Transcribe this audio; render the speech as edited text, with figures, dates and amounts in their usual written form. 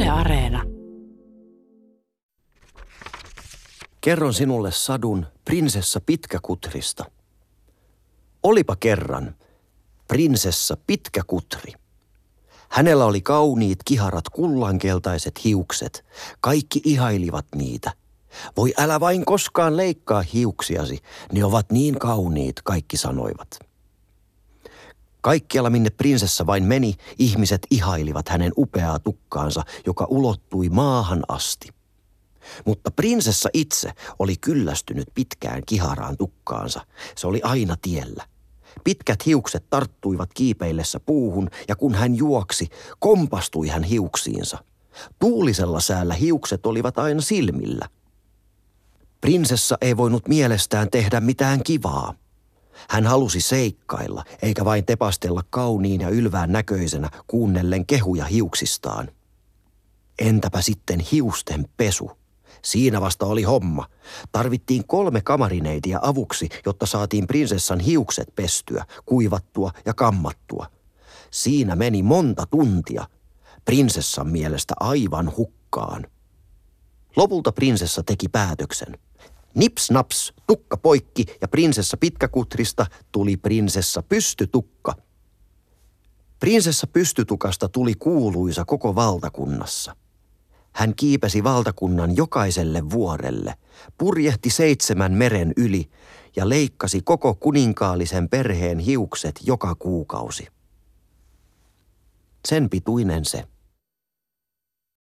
Yle Areena. Kerron sinulle sadun prinsessa Pitkäkutrista. Olipa kerran prinsessa Pitkäkutri. Hänellä oli kauniit kiharat kullankeltaiset hiukset. Kaikki ihailivat niitä. Voi älä vain koskaan leikkaa hiuksiasi, ne ovat niin kauniit, kaikki sanoivat. Kaikkialla minne prinsessa vain meni, ihmiset ihailivat hänen upeaa tukkaansa, joka ulottui maahan asti. Mutta prinsessa itse oli kyllästynyt pitkään kiharaan tukkaansa. Se oli aina tiellä. Pitkät hiukset tarttuivat kiipeillessä puuhun ja kun hän juoksi, kompastui hän hiuksiinsa. Tuulisella säällä hiukset olivat aina silmillä. Prinsessa ei voinut mielestään tehdä mitään kivaa. Hän halusi seikkailla, eikä vain tepastella kauniin ja ylvään näköisenä kuunnellen kehuja hiuksistaan. Entäpä sitten hiusten pesu? Siinä vasta oli homma. Tarvittiin 3 kamarineitiä avuksi, jotta saatiin prinsessan hiukset pestyä, kuivattua ja kammattua. Siinä meni monta tuntia. Prinsessan mielestä aivan hukkaan. Lopulta prinsessa teki päätöksen. Nips naps, tukka poikki ja prinsessa Pitkäkutrista tuli prinsessa Pystytukka. Prinsessa Pystytukasta tuli kuuluisa koko valtakunnassa. Hän kiipesi valtakunnan jokaiselle vuorelle, purjehti 7 meren yli ja leikkasi koko kuninkaallisen perheen hiukset joka kuukausi. Sen pituinen se.